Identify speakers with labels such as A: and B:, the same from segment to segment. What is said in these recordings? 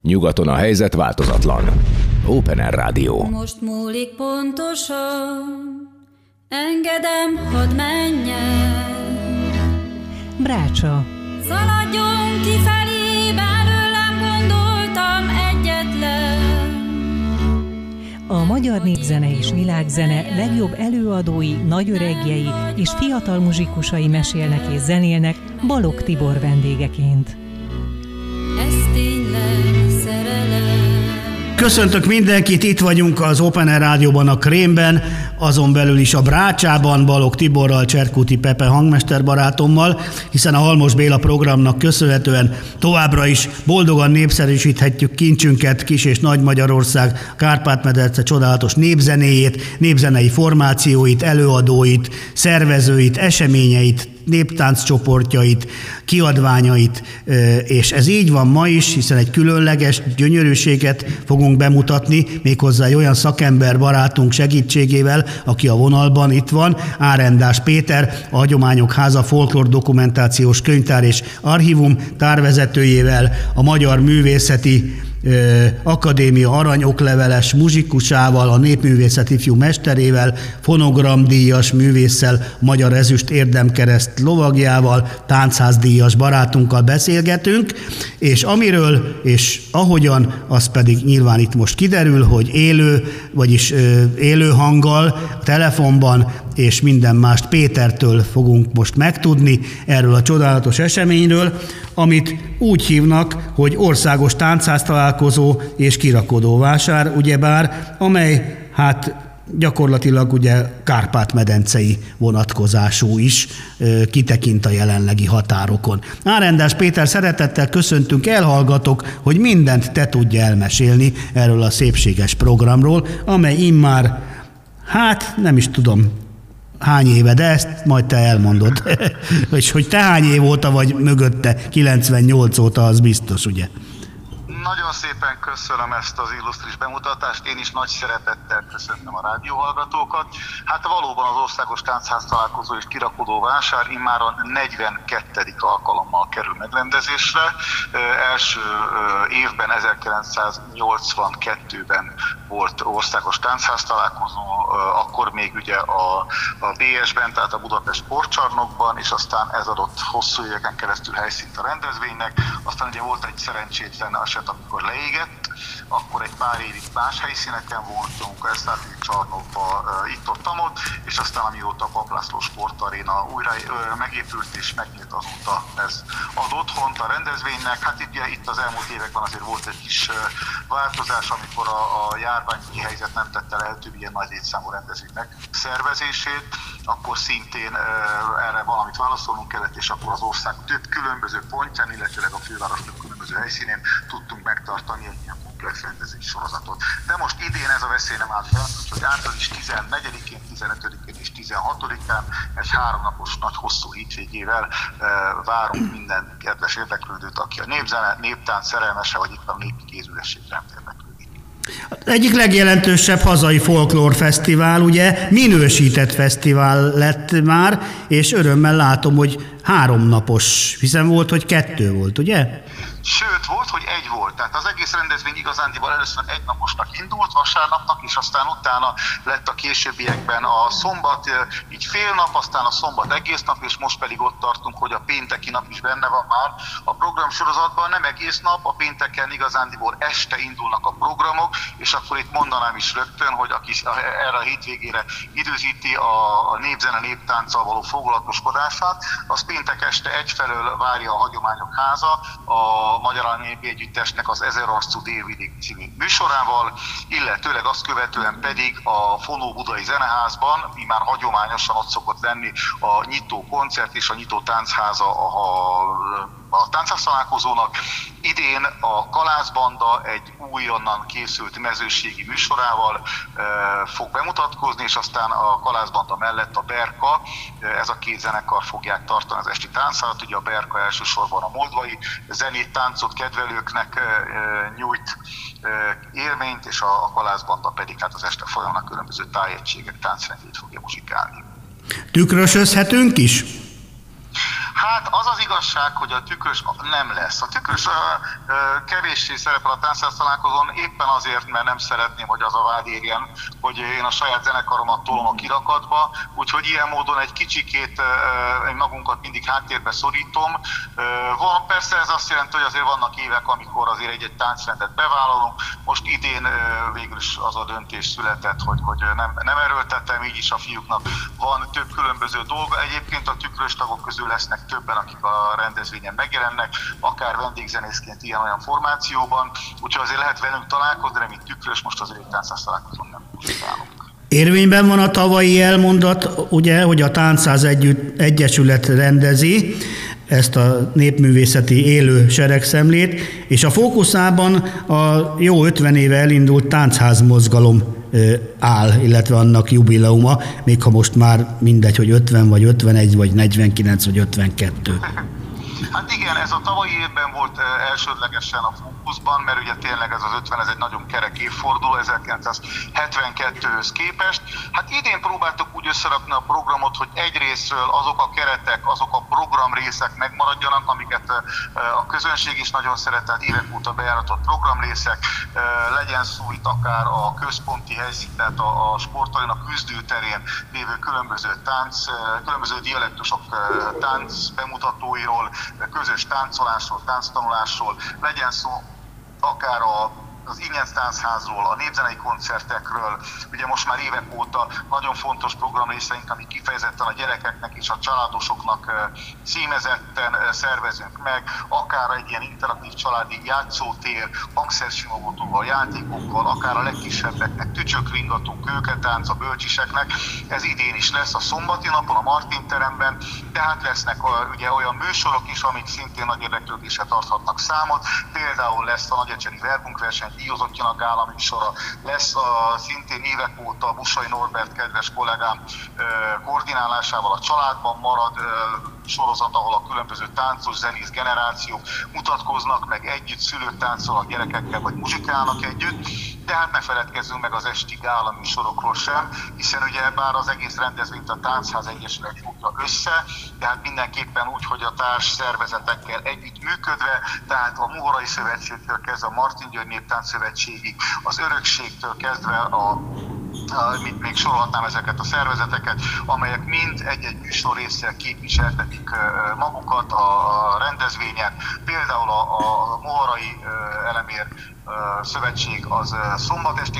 A: Nyugaton a helyzet változatlan. Open Air Rádió.
B: Most múlik pontosan, engedem, hadd menjen.
C: Brácsa.
B: Szaladjon kifelé, belőlem gondoltam egyetlen.
C: A magyar népzene és világzene legjobb előadói, nagyöregjei és fiatal muzsikusai mesélnek és zenélnek Balogh Tibor vendégeként.
B: Ez tényleg szerelem.
D: Köszöntök mindenkit, itt vagyunk az Open Air Rádióban, a Krémben, azon belül is a Brácsában, Balogh Tiborral, Cserkuti Pepe hangmester barátommal, hiszen a Halmos Béla programnak köszönhetően továbbra is boldogan népszerűsíthetjük kincsünket, Kis- és Nagy-Magyarország, Kárpát-medence csodálatos népzenéjét, népzenei formációit, előadóit, szervezőit, eseményeit, néptánccsoportjait, kiadványait, és ez így van ma is, hiszen egy különleges gyönyörűséget fogunk bemutatni, méghozzá egy olyan szakember barátunk segítségével, aki a vonalban itt van, Árendás Péter, a Hagyományok Háza Folklór Dokumentációs Könyvtár és Archívum tárvezetőjével, a Magyar Művészeti Akadémia aranyokleveles muzsikusával, a Népművészet ifjú mesterével, fonogramdíjas művésszel, Magyar Ezüst Érdemkereszt lovagjával, táncházdíjas barátunkkal beszélgetünk, és amiről és ahogyan, az pedig nyilván itt most kiderül, hogy élő hanggal, telefonban és minden mást Pétertől fogunk most megtudni erről a csodálatos eseményről, amit úgy hívnak, hogy országos táncháztalálkozó és kirakodóvásár, ugyebár, amely gyakorlatilag ugye Kárpát-medencei vonatkozású is, kitekint a jelenlegi határokon. Árendás Péter, szeretettel köszöntünk, elhallgatok, hogy mindent te tudj elmesélni erről a szépséges programról, amely immár, nem is tudom, hány éve, de ezt majd te elmondod. És hogy te hány év óta vagy mögötte, 98 óta, az biztos, ugye?
E: Nagyon szépen köszönöm ezt az illusztris bemutatást, én is nagy szeretettel köszöntöm a rádióhallgatókat. Valóban az Országos Táncháztalálkozó és kirakodó vásár immáron 42. alkalommal kerül megrendezésre. Első évben, 1982-ben volt Országos Táncháztalálkozó, akkor még ugye a BS-ben, tehát a Budapest Sportcsarnokban, és aztán ez adott hosszú éveken keresztül helyszínt a rendezvénynek. Aztán ugye volt egy szerencsétlen eset, amikor leégett, akkor egy pár évig más helyszíneken voltunk, Esztergomi csarnokban, itt-ott, és aztán amióta a Papp László Sportaréna újra megépült és megnyílt, azóta ez ad otthont a rendezvénynek. Itt az elmúlt években azért volt egy kis változás, amikor a járványi helyzet nem tette lehetővé ilyen nagy létszámú rendezvénynek szervezését, akkor szintén erre valamit válaszolnunk kellett, és akkor az ország több különböző pontján, illetőleg a főváros több különböző helyszínén tudtunk megtartani egy ilyen komplex rendezvény sorozatot. De most idén ez a veszély nem áll fel, hogy április 14-én, 15-én és 16-án egy 3 napos nagy hosszú hétvégével várunk minden kedves érdeklődőt, aki a népzene, néptánc szerelmese, vagy itt a népi kézművesség iránt érdeklődik.
D: Egyik legjelentősebb hazai folklórfesztivál, ugye, minősített fesztivál lett már, és örömmel látom, hogy 3 napos, hiszen volt, hogy 2 volt, ugye?
E: Sőt, volt, hogy 1 volt. Tehát az egész rendezvény igazándiból először 1 naposnak indult, vasárnapnak, és aztán utána lett a későbbiekben a szombat, így fél nap, aztán a szombat egész nap, és most pedig ott tartunk, hogy a pénteki nap is benne van már a programsorozatban. Nem egész nap, a pénteken igazándiból este indulnak a programok, és akkor itt mondanám is rögtön, hogy aki erre a hétvégére időzíti a népzene, néptánccal való foglalatoskodását, az péntek este egyfelől várja a Hagyományok Háza, a Magyar Népi Együttesnek az 1000 arcú Délvidék című műsorával, illetőleg azt követően pedig a Fonó Budai Zeneházban, már hagyományosan ott szokott lenni a nyitó koncert és a nyitó táncháza a táncháztalálkozónak. Idén a Kalászbanda egy újonnan készült mezőségi műsorával fog bemutatkozni, és aztán a Kalászbanda mellett a Berka, ez a 2 zenekar fogják tartani az esti táncszállat. Ugye a Berka elsősorban a moldvai zenét, táncot kedvelőknek nyújt élményt, és a Kalászbanda pedig az este folyamán különböző tájegységek táncrendjét fogja muzsikálni.
D: Tükrösözhetünk is?
E: Hát az az igazság, hogy a tükrös nem lesz. A tükrös kevéssé szerepel a táncház találkozón, éppen azért, mert nem szeretném, hogy az a vád érjen, hogy én a saját zenekaromat tolom a kirakatba, úgyhogy ilyen módon egy kicsikét magunkat mindig háttérbe szorítom. Persze ez azt jelenti, hogy azért vannak évek, amikor azért egy táncrendet bevállalunk. Most idén végül is az a döntés született, hogy nem erőltettem, így is a fiúknak van több különböző dolga. Egyébként a tükrös tagok közül lesznek többen, akik a rendezvényen megjelennek, akár vendégzenészként ilyen-olyan formációban, úgyhogy azért lehet velünk találkozni, de mint tükrös most azért egy táncház találkozón nem muzsikálunk.
D: Érvényben van a tavalyi elmondat, ugye, hogy a Táncház Egyesület rendezi ezt a népművészeti élő seregszemlét, és a fókuszában a jó 50 éve elindult táncház mozgalom áll, illetve annak jubileuma, még ha most már mindegy, hogy 50 vagy 51 vagy 49 vagy 52.
E: Hát igen, ez a tavalyi évben volt elsődlegesen a fókuszban, mert ugye tényleg ez az 50, ez egy nagyon kerek évforduló 1972-höz képest. Hát idén próbáltuk úgy összerakni a programot, hogy egyrésztről azok a keretek, azok a programrészek megmaradjanak, amiket a közönség is nagyon szeret, tehát évek óta bejáratott programrészek, legyen szó itt akár a központi helyszín, tehát a sportaréna küzdőterén lévő különböző dialektusok tánc bemutatóiról, közös táncolásról, tánctanulásról, legyen szó akár az Ingyenc Táncházról, a népzenei koncertekről. Ugye most már évek óta nagyon fontos programrészeink, amik kifejezetten a gyerekeknek és a családosoknak címezetten szervezünk meg, akár egy ilyen interaktív családi játszótér, hangszersimogatóval, játékokkal, akár a legkisebbeknek tücsökringató, kőketánc a bölcsiseknek. Ez idén is lesz a szombati napon, a Martin teremben, tehát lesznek ugye olyan műsorok is, amik szintén nagy érdeklődésre tarthatnak számot. Például lesz a nagyecseri verbunkverseny díjazottjának gálaműsora, lesz szintén évek óta Bussai Norbert kedves kollégám koordinálásával a Családban marad sorozat, ahol a különböző táncos, zenész generációk mutatkoznak meg együtt, szülők táncolnak gyerekekkel, vagy muzsikálnak együtt, de hát ne feledkezzünk meg az esti gálaműsorokról sem, hiszen ugye bár az egész rendezvényt a Táncház Egyesület fogja össze, de hát mindenképpen úgy, hogy a társ szervezetekkel együtt működve, tehát a Muhorai Szövetségtől kezdve a Martin György Néptáncszövetségig, az Örökségtől kezdve még sorolhatnám ezeket a szervezeteket, amelyek mind egy-egy műsorrésszel képviseltetik magukat a rendezvényen. Például a Muhorai Elemér Szövetség az szombatesti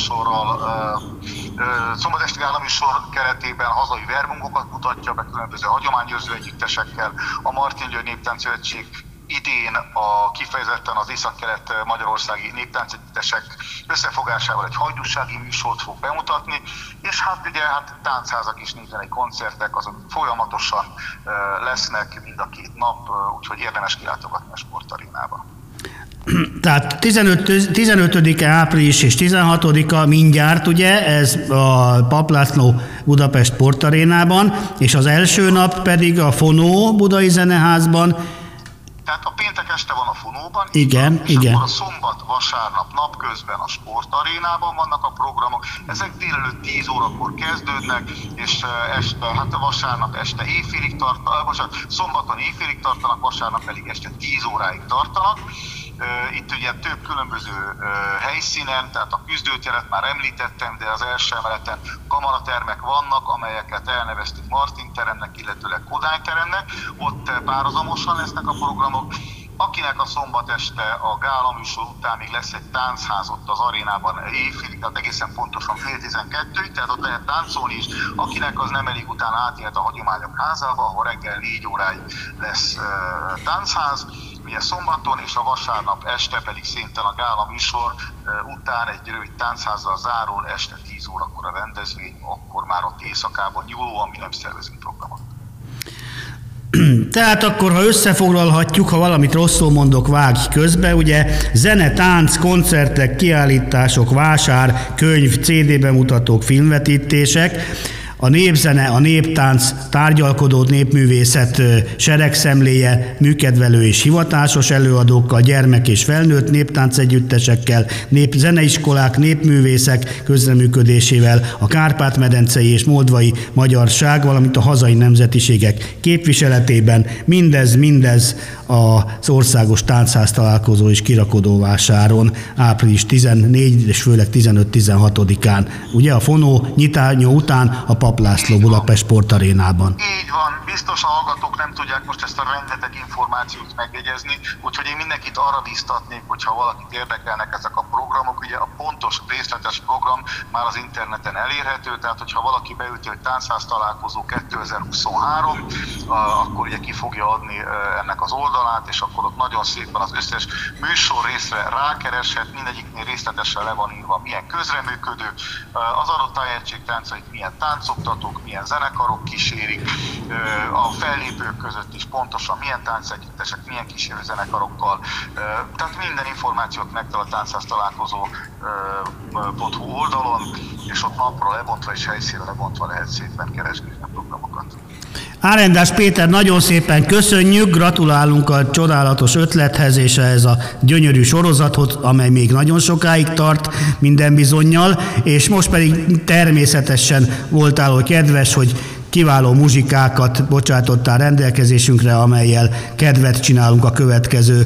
E: gálaműsor keretében hazai verbungokat mutatja be különböző hagyományőrző együttesekkel. A Martin György Néptáncszövetség idén kifejezetten az északkelet magyarországi néptáncegyüttesek összefogásával egy hajdúsági műsort fog bemutatni, és hát ugye táncházak és népzenei koncertek azok folyamatosan lesznek mind a két nap, úgyhogy érdemes kilátogatni a sportarénába.
D: Tehát 15-e április és 16-a mindjárt, ugye, ez a Papp László Budapest Sportarénában, és az első nap pedig a Fonó Budai Zeneházban.
E: Tehát a péntek este van a Fonóban,
D: igen,
E: és
D: igen.
E: Akkor a szombat, vasárnap napközben a Sportarénában vannak a programok. Ezek délelőtt 10 órakor kezdődnek, és vasárnap este éjfélig tartanak, szombaton éjfélig tartanak, vasárnap pedig este 10 óráig tartanak. Itt ugye több különböző helyszínen, tehát a küzdőteret már említettem, de az első emeleten kamaratermek vannak, amelyeket elneveztük Martin teremnek, illetőleg Kodály teremnek. Ott párhuzamosan lesznek a programok. Akinek a szombat este a gálaműsor után még lesz egy táncház ott az arénában éjfélig, tehát egészen pontosan 11:30, tehát ott lehet táncolni is. Akinek az nem elég, után átjött a Hagyományok Házába, ahol reggel 4 óráig lesz táncház. Ugye szombaton, és a vasárnap este pedig szintén a gálaműsor után egy rövid táncházzal zárul, este 10 órakor a rendezvény, akkor már ott éjszakában nyúlóan mi nem szervezünk programot.
D: Tehát akkor, ha összefoglalhatjuk, ha valamit rosszul mondok, vágj közbe, ugye zene, tánc, koncertek, kiállítások, vásár, könyv, CD bemutatók, filmvetítések. A népzene, a néptánc, tárgyalkodó népművészet seregszemléje, műkedvelő és hivatásos előadókkal, gyermek és felnőtt néptánc együttesekkel, népzeneiskolák, népművészek közreműködésével, a Kárpát-medencei és moldvai magyarság, valamint a hazai nemzetiségek képviseletében. Mindez az országos táncház találkozó és kirakodóvásáron április 14 és főleg 15-16-án. Ugye a fonó nyitányó után a Pap László Budapest Sportarénában.
E: Így van, biztos a hallgatók nem tudják most ezt a rengeteg információt megjegyezni, úgyhogy én mindenkit arra bíztatnék, hogyha valakit érdekelnek ezek a programok, ugye a pontos részletes program már az interneten elérhető, tehát hogyha valaki beüti, hogy táncház találkozó 2023, akkor ugye ki fogja adni ennek az oldalát, és akkor ott nagyon szépen az összes műsor részre rákereshet, mindegyiknél részletesen le van írva, milyen közreműködő, az adott tájegységtáncait milyen táncoktatók, milyen zenekarok kísérik, a fellépők között is pontosan milyen táncegyüttesek, milyen kísérő zenekarokkal, tehát minden információt megtalál a táncház-találkozó.hu oldalon, és ott napra lebontva és helyszínre lebontva lehet szépen keresni a programokat.
D: Árendás Péter, nagyon szépen köszönjük, gratulálunk a csodálatos ötlethez és ehhez a gyönyörű sorozathoz, amely még nagyon sokáig tart minden bizonnyal, és most pedig természetesen voltál kedves, hogy kiváló muzsikákat bocsátottál rendelkezésünkre, amellyel kedvet csinálunk a következő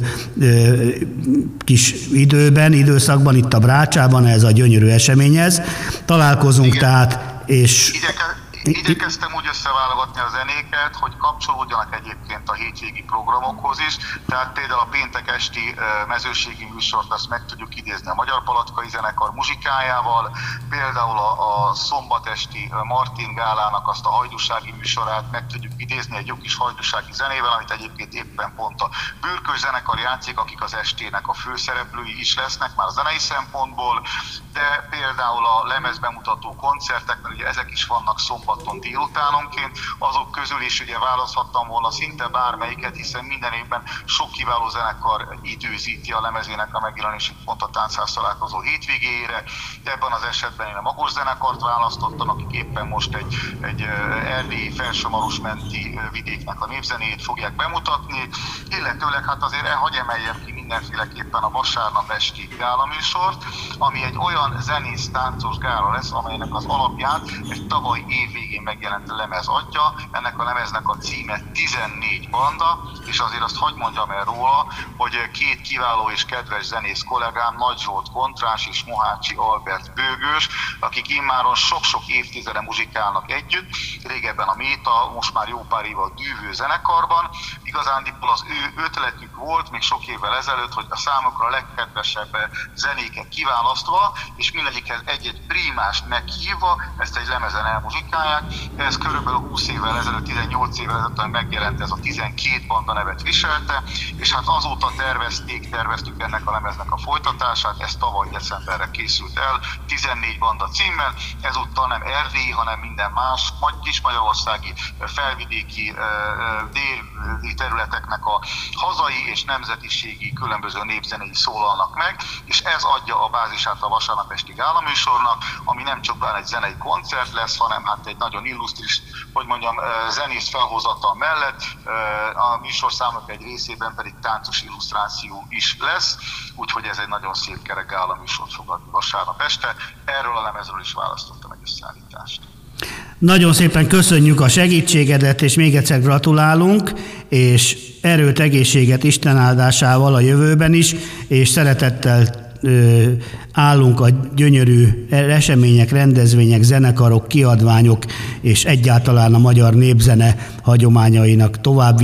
D: kis időszakban, itt a Brácsában, ez a gyönyörű eseményhez. Találkozunk tehát, és...
E: Igyekeztem úgy összeválogatni a zenéket, hogy kapcsolódjanak egyébként a hétvégi programokhoz is, tehát például a péntek esti mezőségi műsort azt meg tudjuk idézni a Magyar Palatkai Zenekar muzsikájával, például a szombat esti Martin Gálának azt a hajdúsági műsorát meg tudjuk idézni egy jó kis hajdúsági zenével, amit egyébként éppen pont a Bürkös zenekar játszik, akik az estének a főszereplői is lesznek már a zenei szempontból, de például a lemezbemutató koncertek, mert ugye ezek is vannak szombaton délutánonként, azok közül is ugye választhattam volna szinte bármelyiket, hiszen minden évben sok kiváló zenekar időzíti a lemezének a megjelenését pont a táncház találkozó hétvégéjére. Ebben az esetben én a Magos zenekart választottam, akik éppen most egy erdélyi Felsőmarosmenti vidéknek a népzenéjét fogják bemutatni, illetőleg hát azért hagy emeljem ki mindenféleképpen a vasárnap esti gálaműsort, ami egy olyan zenész táncos gála lesz, amelynek az alapját egy tavaly év végén megjelent lemez adja. Ennek a lemeznek a címe 14 banda, és azért azt hadd mondjam el róla, hogy két kiváló és kedves zenész kollégám, Nagy Zsolt kontrás és Mohácsi Albert bőgős, akik immáron sok-sok évtizede muzsikálnak együtt, régebben a Méta, most már jó pár éve a Dűvő zenekarban. Igazándiból az ő ötletük volt még sok évvel ezelőtt, hogy a számokra a legkedvesebb zenéket kiválasztva, és mindegyikhez egy-egy prímást meghívva, ezt egy lemezen elmuzsikálják. Ez körülbelül 20 évvel ezelőtt, 18 évvel ezelőtt megjelent, ez a 12 banda nevet viselte, és hát azóta terveztük ennek a lemeznek a folytatását, ez tavaly decemberre készült el, 14 banda címmel, ezúttal nem erdélyi, hanem minden más, kis-magyarországi, felvidéki, déli területeknek a hazai és nemzetiségi különböző népzenéi szólalnak meg, és ez adja a bázisát a vasárnap esti gálaműsornak, ami nem csupán egy zenei koncert lesz, hanem hát egy nagyon illusztris, hogy mondjam, zenész felhozatal mellett, a műsorszámok egy részében pedig táncos illusztráció is lesz, úgyhogy ez egy nagyon szép kerek gálaműsort fog adni vasárnap este. Erről a lemezről is választottam egy összeállítást.
D: Nagyon szépen köszönjük a segítségedet, és még egyszer gratulálunk, és erőt, egészséget Isten áldásával a jövőben is, és szeretettel állunk a gyönyörű események, rendezvények, zenekarok, kiadványok és egyáltalán a magyar népzene hagyományainak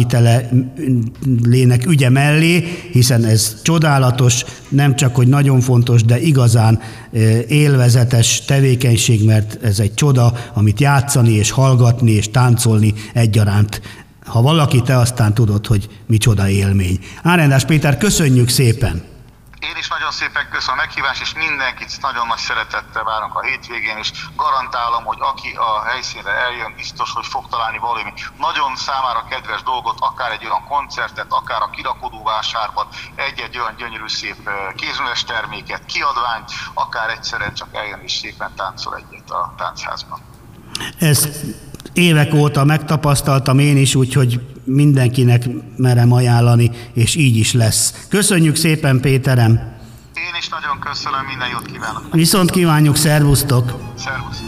D: továbbvitelének ügye mellé, hiszen ez csodálatos, nem csak hogy nagyon fontos, de igazán élvezetes tevékenység, mert ez egy csoda, amit játszani és hallgatni és táncolni egyaránt. Ha valaki, te aztán tudod, hogy micsoda élmény. Árendás Péter, köszönjük szépen!
E: Én is nagyon szépen köszönöm a meghívást, és mindenkit nagyon nagy szeretettel várunk a hétvégén, és garantálom, hogy aki a helyszínre eljön, biztos, hogy fog találni valami nagyon számára kedves dolgot, akár egy olyan koncertet, akár a kirakodóvásárban, egy-egy olyan gyönyörű szép kézműves terméket, kiadványt, akár egyszerűen csak eljön és szépen táncol egyet a táncházban.
D: Ezt évek óta megtapasztaltam én is, úgyhogy mindenkinek merem ajánlani, és így is lesz. Köszönjük szépen, Péterem!
E: Én is nagyon köszönöm, minden jót kívánok!
D: Viszont kívánjuk, szervusztok!
E: Szervusz!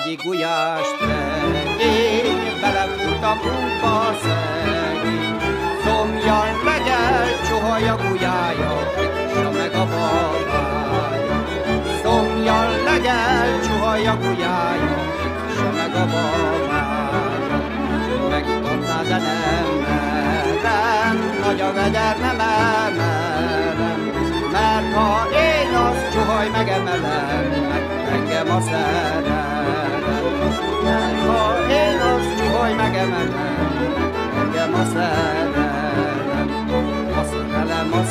F: egyik gulyást regény, belefut a kútba szegény. Szomjan legel, csuhaj a gulyája, nyissa meg a babája. Szomjan legel, csuhaj a gulyája, nyissa meg a babája. Megtartná, de nem merem, nagy a veder, nem emelem, mert ha én azt csuhaj megemelem, meg engem a szerelem. Mert ha én azt csuhaj megemelem, engem a szerelem. A szerelem, a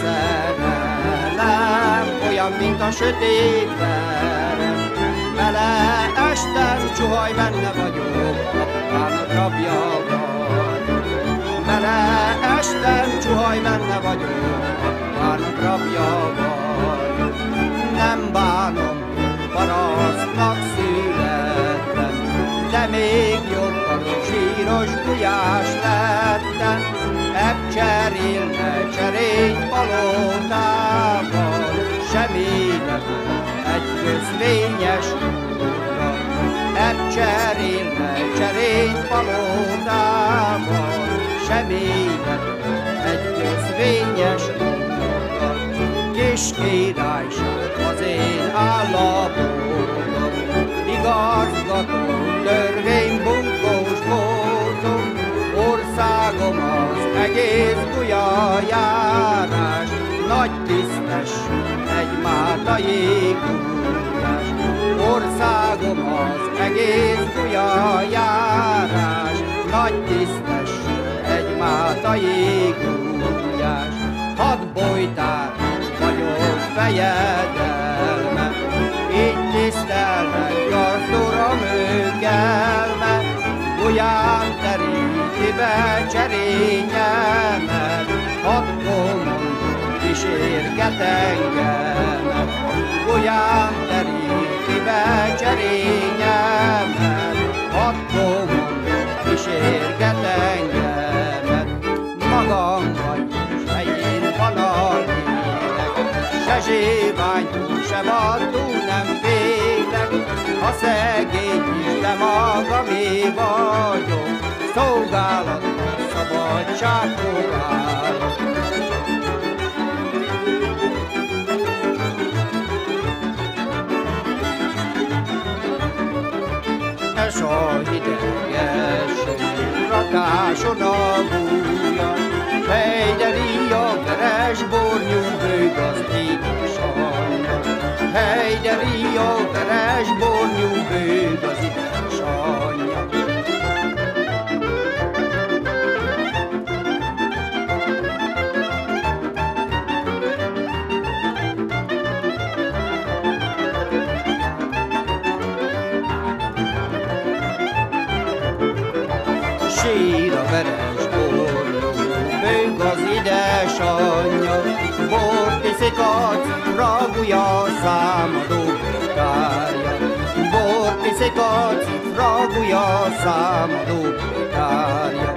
F: szerelem, olyan, mint a sötét verem. Vele estem, csuhaj, benne vagyok, apának rabja vagyok. Vele estem, csuhaj, benne vagyok, apának rabja vagyok. Nem bánom, parasztnak születtem, de még jobban zsíros gulyás lettem. Ebb cserélne cserény palotával, semmi nem egy közvényes úrral. Ebb cserélne cserény palotával, semmi nem egy közvényes úrral. Kis királyság az én állapotom, igazgató törvény bunkós módom. Országom az egész gulyajárás, nagy tisztes egy mátai gulyás. Országom az egész gulyajárás, nagy tisztes egy mátai gulyás. Hadd bojtár vagyok fejedelme, így tisztelnek gazduram őkelme. Gulyán teríti be cserényemet, akkor mondom, kísérget engemet. Gulyán teríti be cserényemet, akkor mondom, kísérget engemet. Magam vagy, se én van a lélek, se zsíványtól, se vadtól nem félek. A szegény is, de magamé vagyok, szolgálatban szabadságtól állok. Es a hideges rakáson a gúlyan, hejderi a veres bornyú bőg az édesanyja. Hejderi a veres bornyú bőg az édesanyja. Sír a veres bornyú bőg az édesanyja. Bort iszik a cifra, gulya számadó bőgárja. Bort iszik a cifra, gulya számadó bőgárja.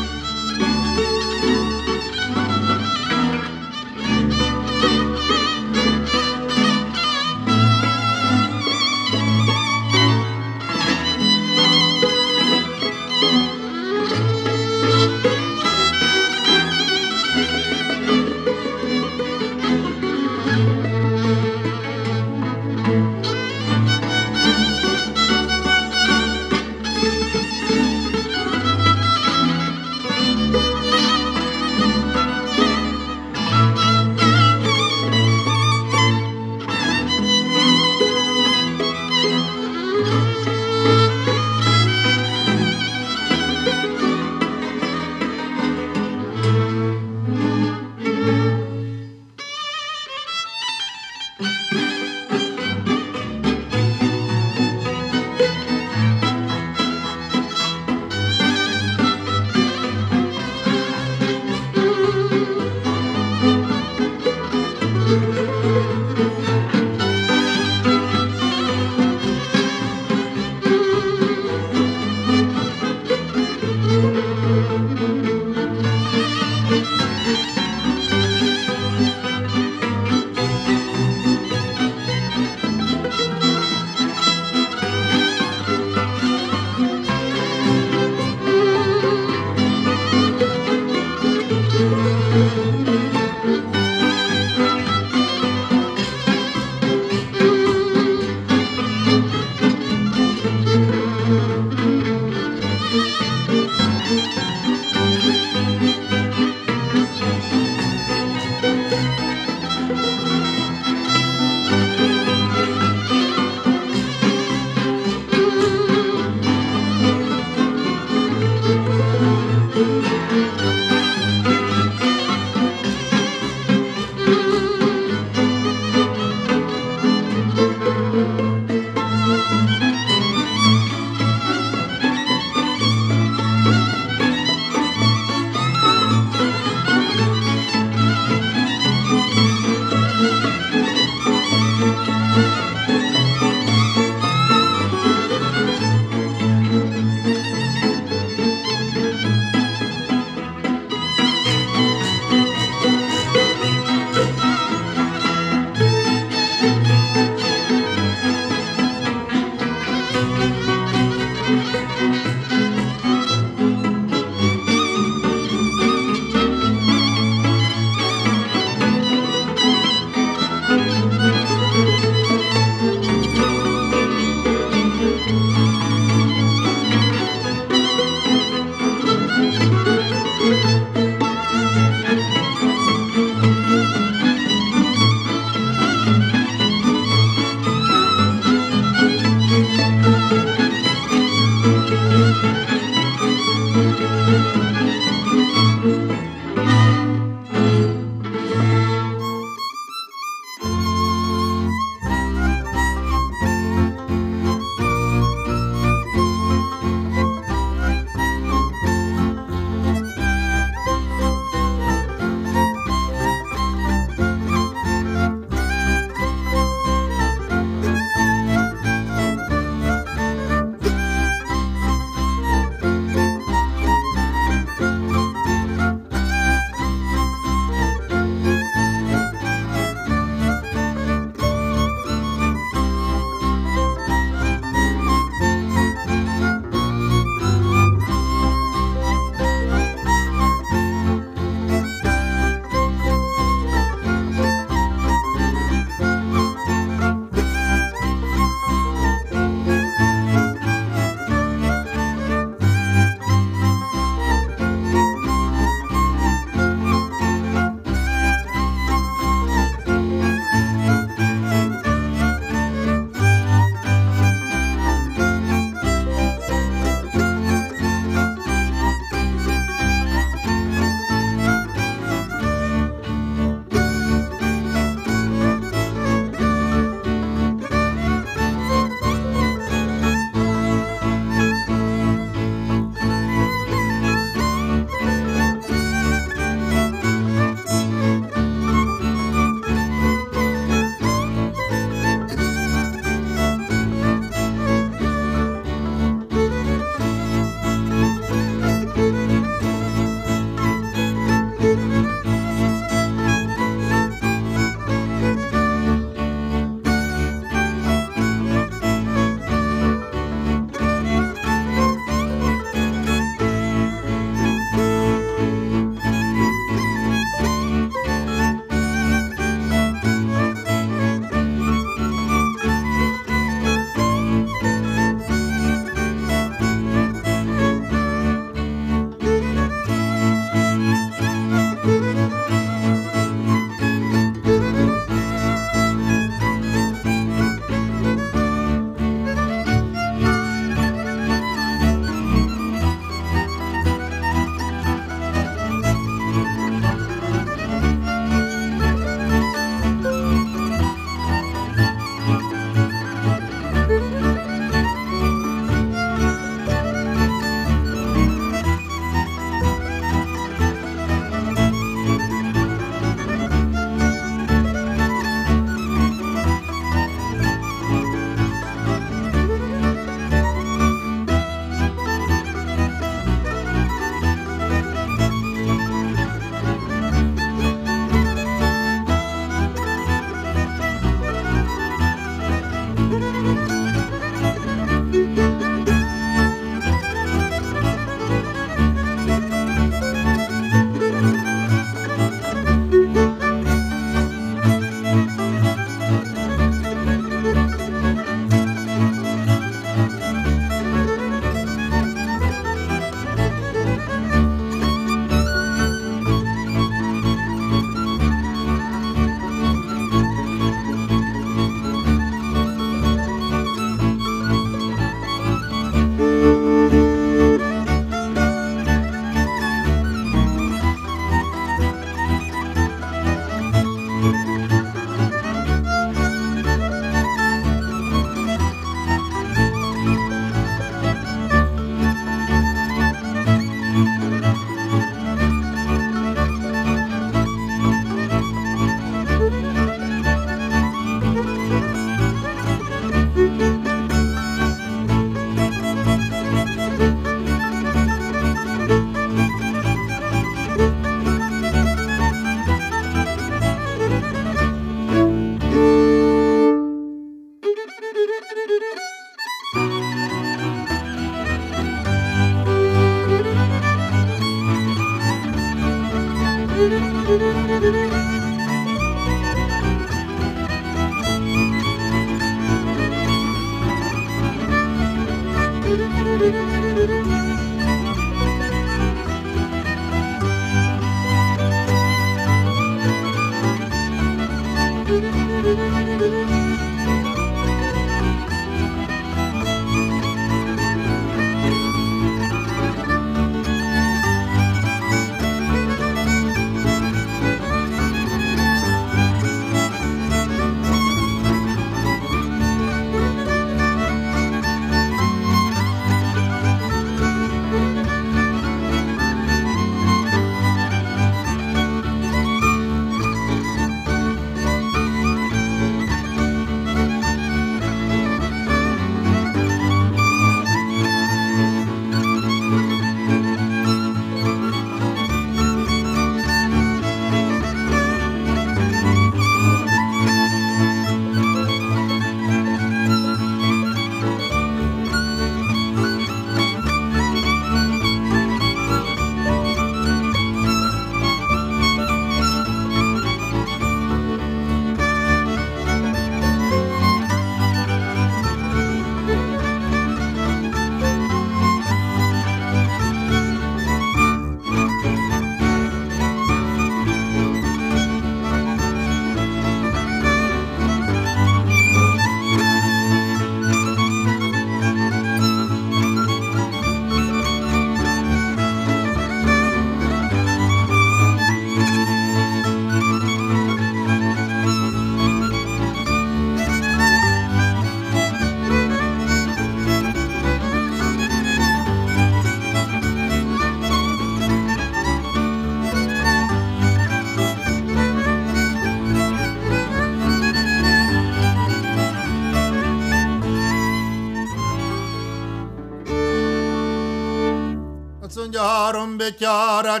G: Mondja három betyára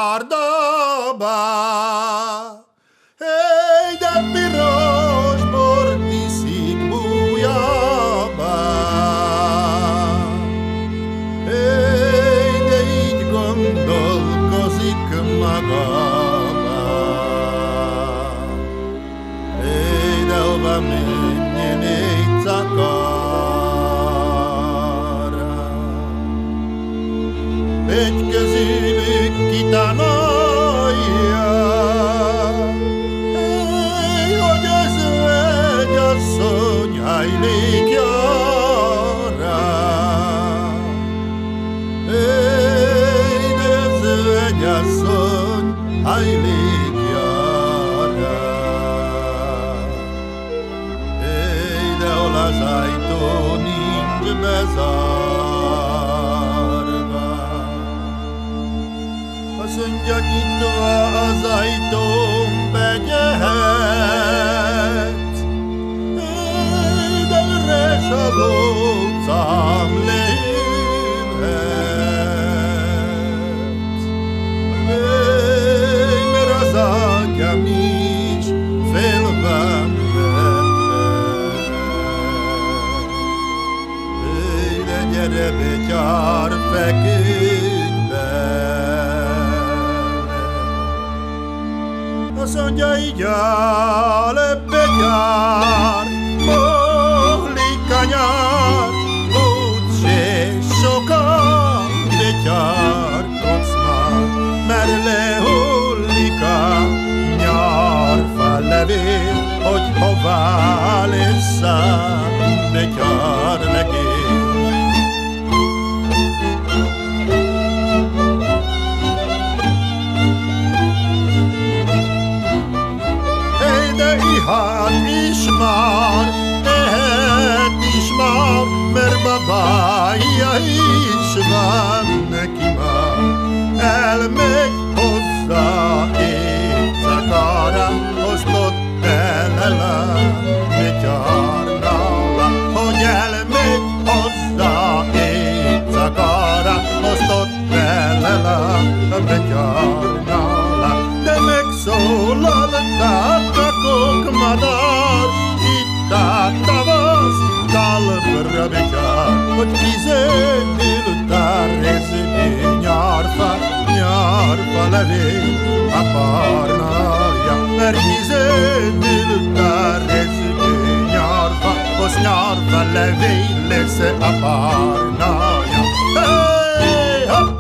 G: csárdába, hey, de piros bort iszik bújába. Hey, de így gondolkozik magába. Hey, de hova menjen egy szakar. Egy közülük kitanálja, hey, hogy az vegyasszony hajlékjára. Hey, de az vegyasszony hajlékjára. Hey, de hol az ajtó nincs bezárva. Azt mondja, nyitva az ajtón bejöhet, de üres a lócám leülhet. Mert az ágyam is fel van vetve. De gyere betyár, feküdj be. Azt mondja, így áll betyár, múlik a nyár, úgyse sokan betyárkodsz már, mert lehullik a nyárfa levél, hogy hová lesz a betyár legény. Hát is már, tehet is már, mert babája is van neki már. Elmegy hozzá éjszakára, osztott el a betyárnála. Hogy elmegy hozzá éjszakára, osztott el a betyárnála. De megszólalták madár, itt a tavasz, talpra betyár, hogy kizöldül a rezgő nyárfa, nyárfa levél a párnája, mert izédül rezgő nyárfa, az nyárfa levél lesz a párnája. Hey, hopp!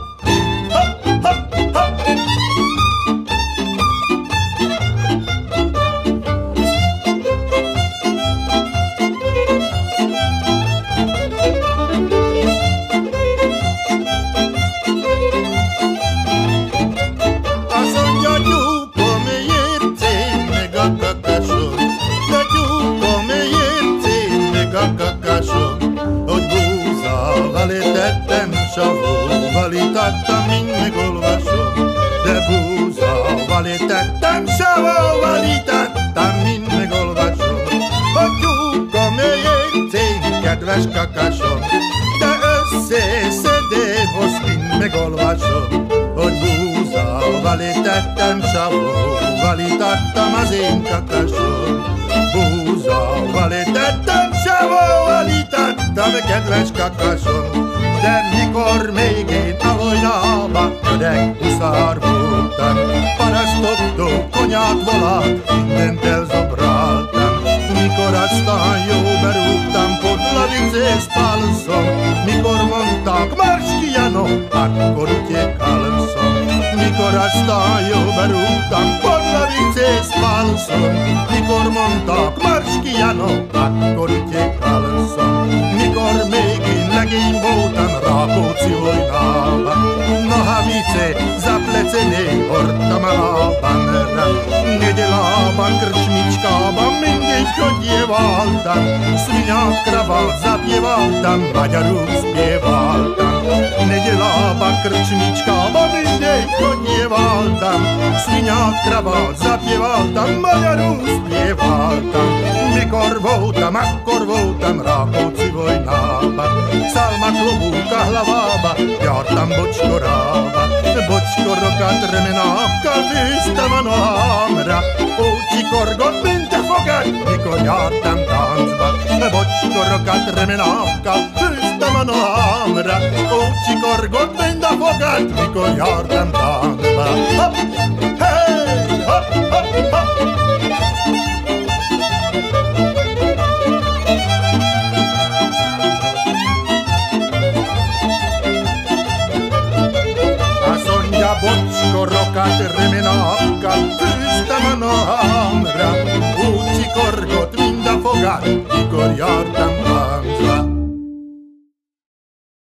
G: Savóval itattam, mind megolvasom, de búzával tettem, savóval itattam, mind megolvasom. A tyúka mélyét én, kedves kakasom, de összeszedem, azt mind megolvasom. Hogy búzával tettem, savóval itattam, az én kakasom. Búzával tettem, savóval itattam, kedves kakasom. De mikor még én a vojnába öreg huszár voltam, parasztoktól konyát volát, mindent elzobráltam. Mikor aztán jó berúgtam, podlavicés pálszom, mikor mondták, marss ki, Jano, akkor úgy kalszom. Mikor aztán jó berúgtam, podlavicés pálszom, mikor mondták, marss ki, Jano, akkor úgy kalszom. Mikor még én legény voltam, Rákóczi vojnában, na ha vice, za plecené hordtam a lábamra. Négy lábam krčmičkában mindig chodjévaltam, svinyát kravát zapjévaltam, magyarul spjévaltam. Négy lábam krčmičkában mindig chodjévaltam, svinyát kravát zapjévaltam, magyarul spjévaltam. Mikor voltam, akkor voltam Rákóczi vojnában, szalma klobúka hlavába, jártam bocskorába. Bocskorokat remenákkal fűztem a nohámra, úgy csikorgott, mint a fogad, mikor jártam táncba. Bocskorokat remenákkal fűztem a nohámra, úgy csikorgott, mint a fogad, mikor jártam táncba. Hopp, hey, hopp, hopp, hopp. Bocskorokat remenákkal fűztem a nohámra, úgy csikorgott, mind a fogad, mikor jártam